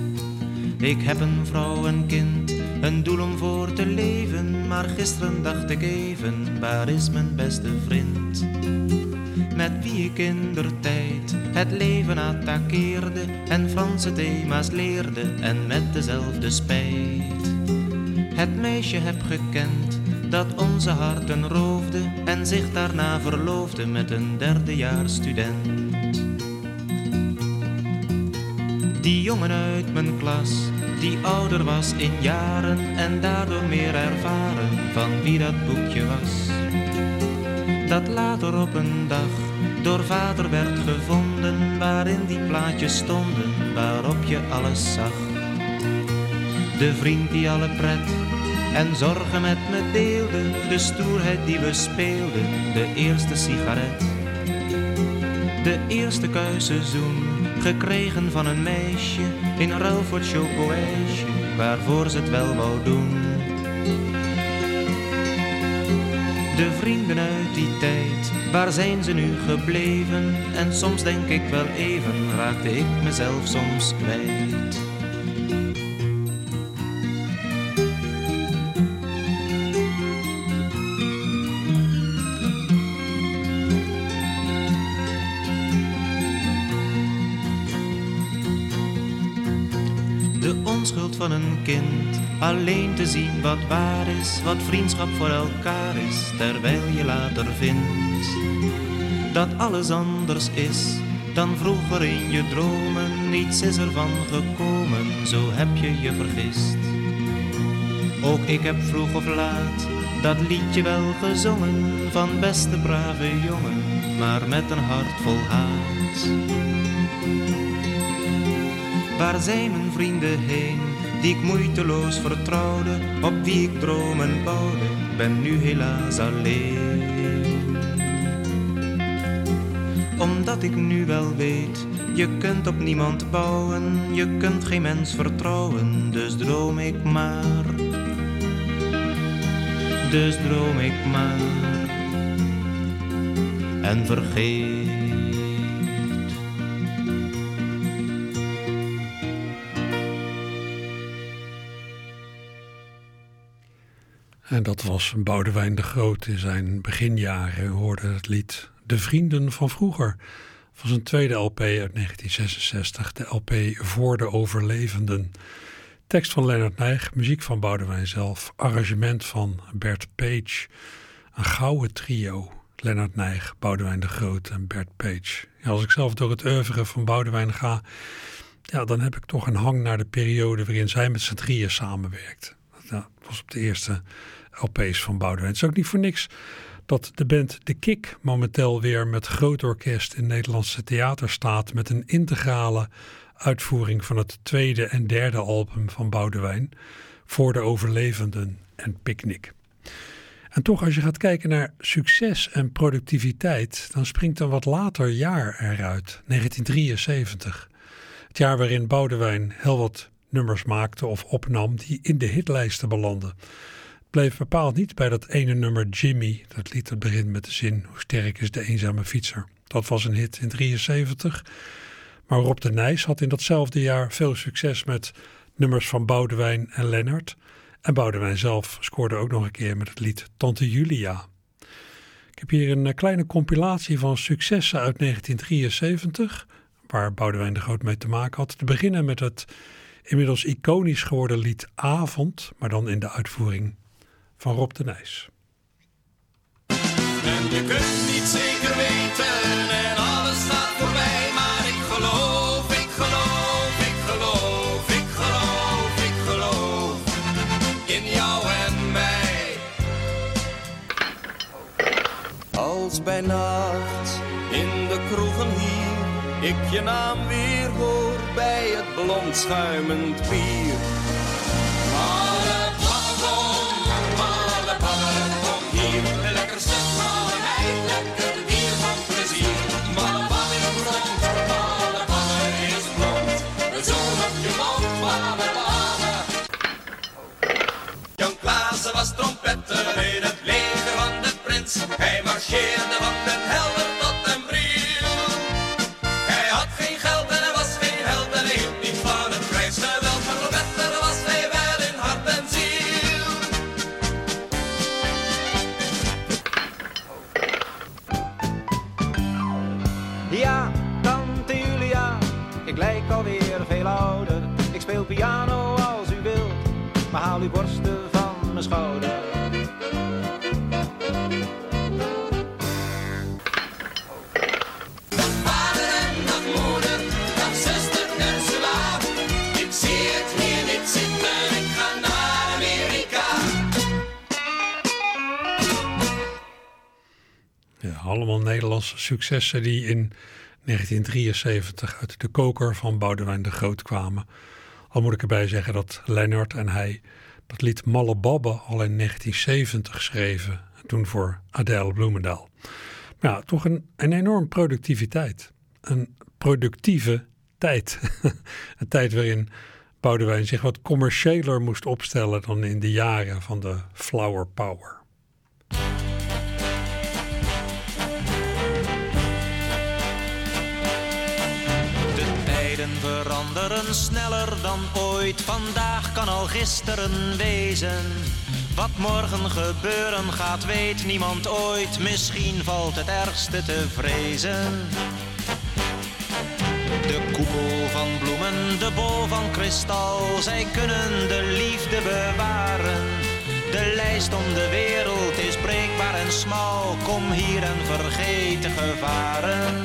Ik heb een vrouw, een kind, een doel om voor te leven. Maar gisteren dacht ik even, waar is mijn beste vriend? Met wie ik in der tijd het leven attaqueerde en Franse thema's leerde en met dezelfde spijt. Het meisje heb gekend dat onze harten roofde en zich daarna verloofde met een derdejaars student. Die jongen uit mijn klas, die ouder was in jaren en daardoor meer ervaren van wie dat boekje was. Dat later op een dag door vader werd gevonden, waarin die plaatjes stonden, waarop je alles zag. De vriend die alle pret en zorgen met me deelde, de stoerheid die we speelden, de eerste sigaret. De eerste kuisseizoen, gekregen van een meisje, in ruil voor het chocoijsje, waarvoor ze het wel wou doen. De vrienden uit die tijd, waar zijn ze nu gebleven? En soms denk ik wel even, raakte ik mezelf soms kwijt. De onschuld van een kind, alleen te zien wat waar is, wat vriendschap voor elkaar is, terwijl je later vindt dat alles anders is dan vroeger in je dromen. Niets is ervan gekomen, zo heb je je vergist. Ook ik heb vroeg of laat dat liedje wel gezongen van beste brave jongen, maar met een hart vol haat. Waar zijn mijn vrienden heen, die ik moeiteloos vertrouwde, op wie ik dromen bouwde, ben nu helaas alleen. Omdat ik nu wel weet, je kunt op niemand bouwen, je kunt geen mens vertrouwen, dus droom ik maar. Dus droom ik maar en vergeet. En dat was Boudewijn de Groot in zijn beginjaren. U hoorde het lied De Vrienden van Vroeger van zijn tweede L P uit negentien zesenzestig, de L P Voor de Overlevenden. Tekst van Leonard Nijg, muziek van Boudewijn zelf, arrangement van Bert Page. Een gouden trio, Leonard Nijg, Boudewijn de Groot en Bert Page. Ja, als ik zelf door het oeuvre van Boudewijn ga, ja, dan heb ik toch een hang naar de periode waarin zij met z'n drieën samenwerkt. Dat was op de eerste L P's van Boudewijn. Het is ook niet voor niks dat de band De Kik momenteel weer met groot orkest in Nederlandse theater staat met een integrale uitvoering van het tweede en derde album van Boudewijn, Voor de Overlevenden en Picnic. En toch, als je gaat kijken naar succes en productiviteit, dan springt een wat later jaar eruit, negentien drieënzeventig. Het jaar waarin Boudewijn heel wat nummers maakte of opnam die in de hitlijsten belanden. Het bleef bepaald niet bij dat ene nummer Jimmy, dat lied dat begint met de zin hoe sterk is de eenzame fietser. Dat was een hit in drieënzeventig. Maar Rob de Nijs had in datzelfde jaar veel succes met nummers van Boudewijn en Lennart. En Boudewijn zelf scoorde ook nog een keer met het lied Tante Julia. Ik heb hier een kleine compilatie van successen uit negentien drieënzeventig, waar Boudewijn de Groot mee te maken had. Te beginnen met het inmiddels iconisch geworden lied Avond, maar dan in de uitvoering van Rob de Nijs. En je kunt niet zeker weten en alles staat voorbij, maar ik geloof, ik geloof, ik geloof, ik geloof, ik geloof in jou en mij. Als bij nacht in de kroegen hier ik je naam weer hoor bij het blond schuimend bier. Malle paggon, malle paggon, kom hier, de lekkerste malle meid, lekker bier van plezier. Malle paggon is blond, malle paggon is blond, de zon op je mond, malle paggon. Jan Klaassen was trompetter in het leger van de prins, hij marcheerde van den Helder tot den Briel. Hij had geen geld en hij was geen held en hij hield niet van het prijsgeweld, maar trompetter was hij wel in hart en ziel. Ja, tante Julia, ik lijk alweer veel ouder. Ik speel piano als u wilt, maar haal uw borsten van mijn schouder. Vader en dag moeder, dag zuster en slaap. Ik zie het hier niet zitten, ik ga naar Amerika. Ja, allemaal Nederlandse successen die in negentien drieënzeventig uit de koker van Boudewijn de Groot kwamen. Al moet ik erbij zeggen dat Lennart en hij dat lied Malle Babbe al in negentien zeventig schreven. En toen voor Adele Bloemendaal. Maar ja, toch een, een enorm productiviteit. Een productieve tijd. Een tijd waarin Boudewijn zich wat commerciëler moest opstellen dan in de jaren van de Flower Power. De tijden veranderen sneller dan ooit. Vandaag kan al gisteren wezen. Wat morgen gebeuren gaat, weet niemand ooit. Misschien valt het ergste te vrezen. De koepel van bloemen, de bol van kristal, zij kunnen de liefde bewaren. De lijst om de wereld is breekbaar en smal. Kom hier en vergeet de gevaren.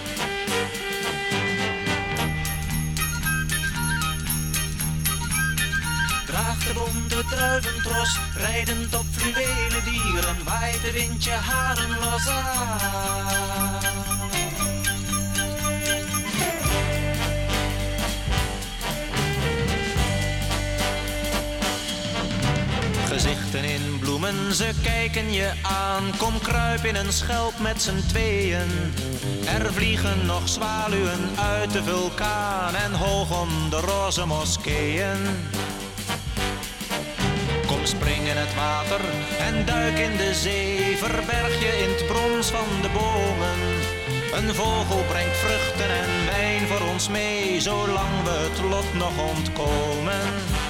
Draag de bonte druiventros, rijdend op fluwelen dieren, waait de wind je haren los aan. Gezichten in bloemen, ze kijken je aan. Kom kruip in een schelp met z'n tweeën. Er vliegen nog zwaluwen uit de vulkaan en hoog om de roze moskeeën. Kom spring in het water en duik in de zee. Verberg je in het brons van de bomen. Een vogel brengt vruchten en wijn voor ons mee, zolang we het lot nog ontkomen.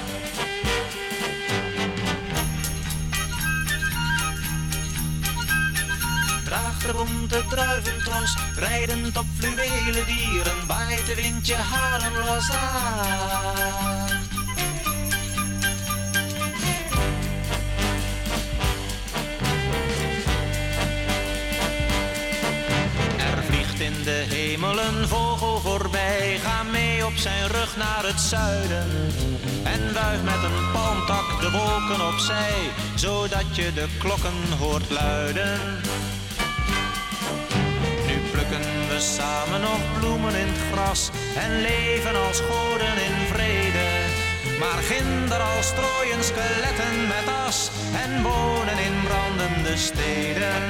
Draag de bonte druiventros, rijdend op fluwelen dieren, waait de wind je haren los aan. Er vliegt in de hemel een vogel voorbij, ga mee op zijn rug naar het zuiden. En wuif met een palmtak de wolken opzij, zodat je de klokken hoort luiden. Plukken we we samen nog bloemen in het gras en leven als goden in vrede. Maar ginder al strooien skeletten met as en wonen in brandende steden.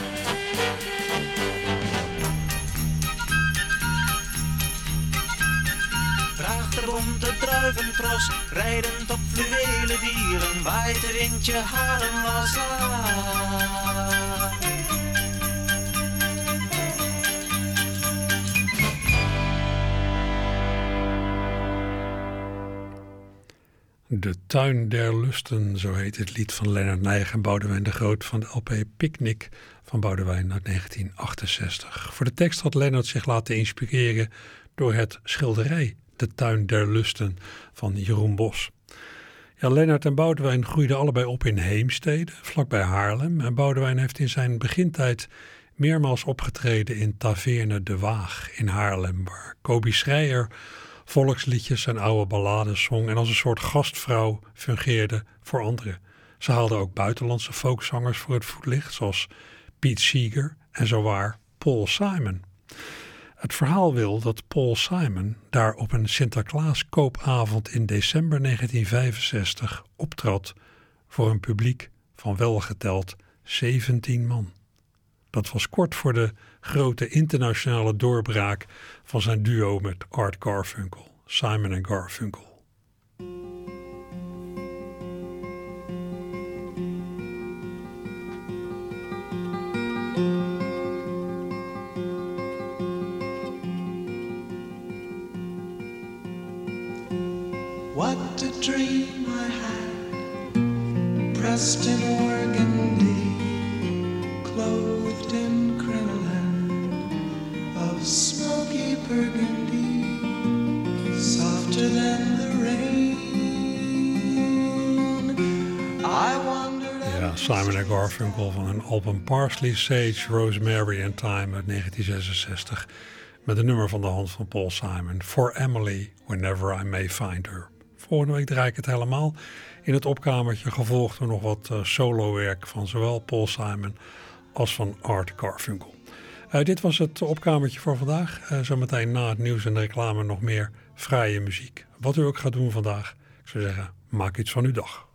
Draagt de bonte druiventros, rijdend op fluwelen dieren, waait de wind je haren was aan. De Tuin der Lusten, zo heet het lied van Lennart Nijg en Boudewijn de Groot van de L P Picnic van Boudewijn uit negentien achtenzestig. Voor de tekst had Lennart zich laten inspireren door het schilderij De Tuin der Lusten van Jeroen Bos. Ja, Lennart en Boudewijn groeiden allebei op in Heemstede, vlakbij Haarlem. En Boudewijn heeft in zijn begintijd meermaals opgetreden in Taverne de Waag in Haarlem, waar Kobi Schreier volksliedjes en oude ballades zong en als een soort gastvrouw fungeerde voor anderen. Ze haalde ook buitenlandse folkzangers voor het voetlicht, zoals Pete Seeger en zowaar Paul Simon. Het verhaal wil dat Paul Simon daar op een Sinterklaaskoopavond in december negentien vijfenzestig optrad voor een publiek van welgeteld zeventien man. Dat was kort voor de grote internationale doorbraak van zijn duo met Art Garfunkel, Simon en Garfunkel. What a dream I had, pressed in organdy, clothed in crinoline of smoky burgundy, softer than the rain. I wondered. Ja, Simon en Garfunkel van hun album Parsley, Sage, Rosemary and Thyme uit negentien zesenzestig. Met een nummer van de hand van Paul Simon. For Emily, whenever I may find her. Volgende week draai ik het helemaal in het opkamertje, gevolgd door nog wat uh, solowerk van zowel Paul Simon als van Art Garfunkel. Uh, dit was het opkamertje voor vandaag. Uh, zometeen na het nieuws en de reclame nog meer fraaie muziek. Wat u ook gaat doen vandaag, ik zou zeggen, maak iets van uw dag.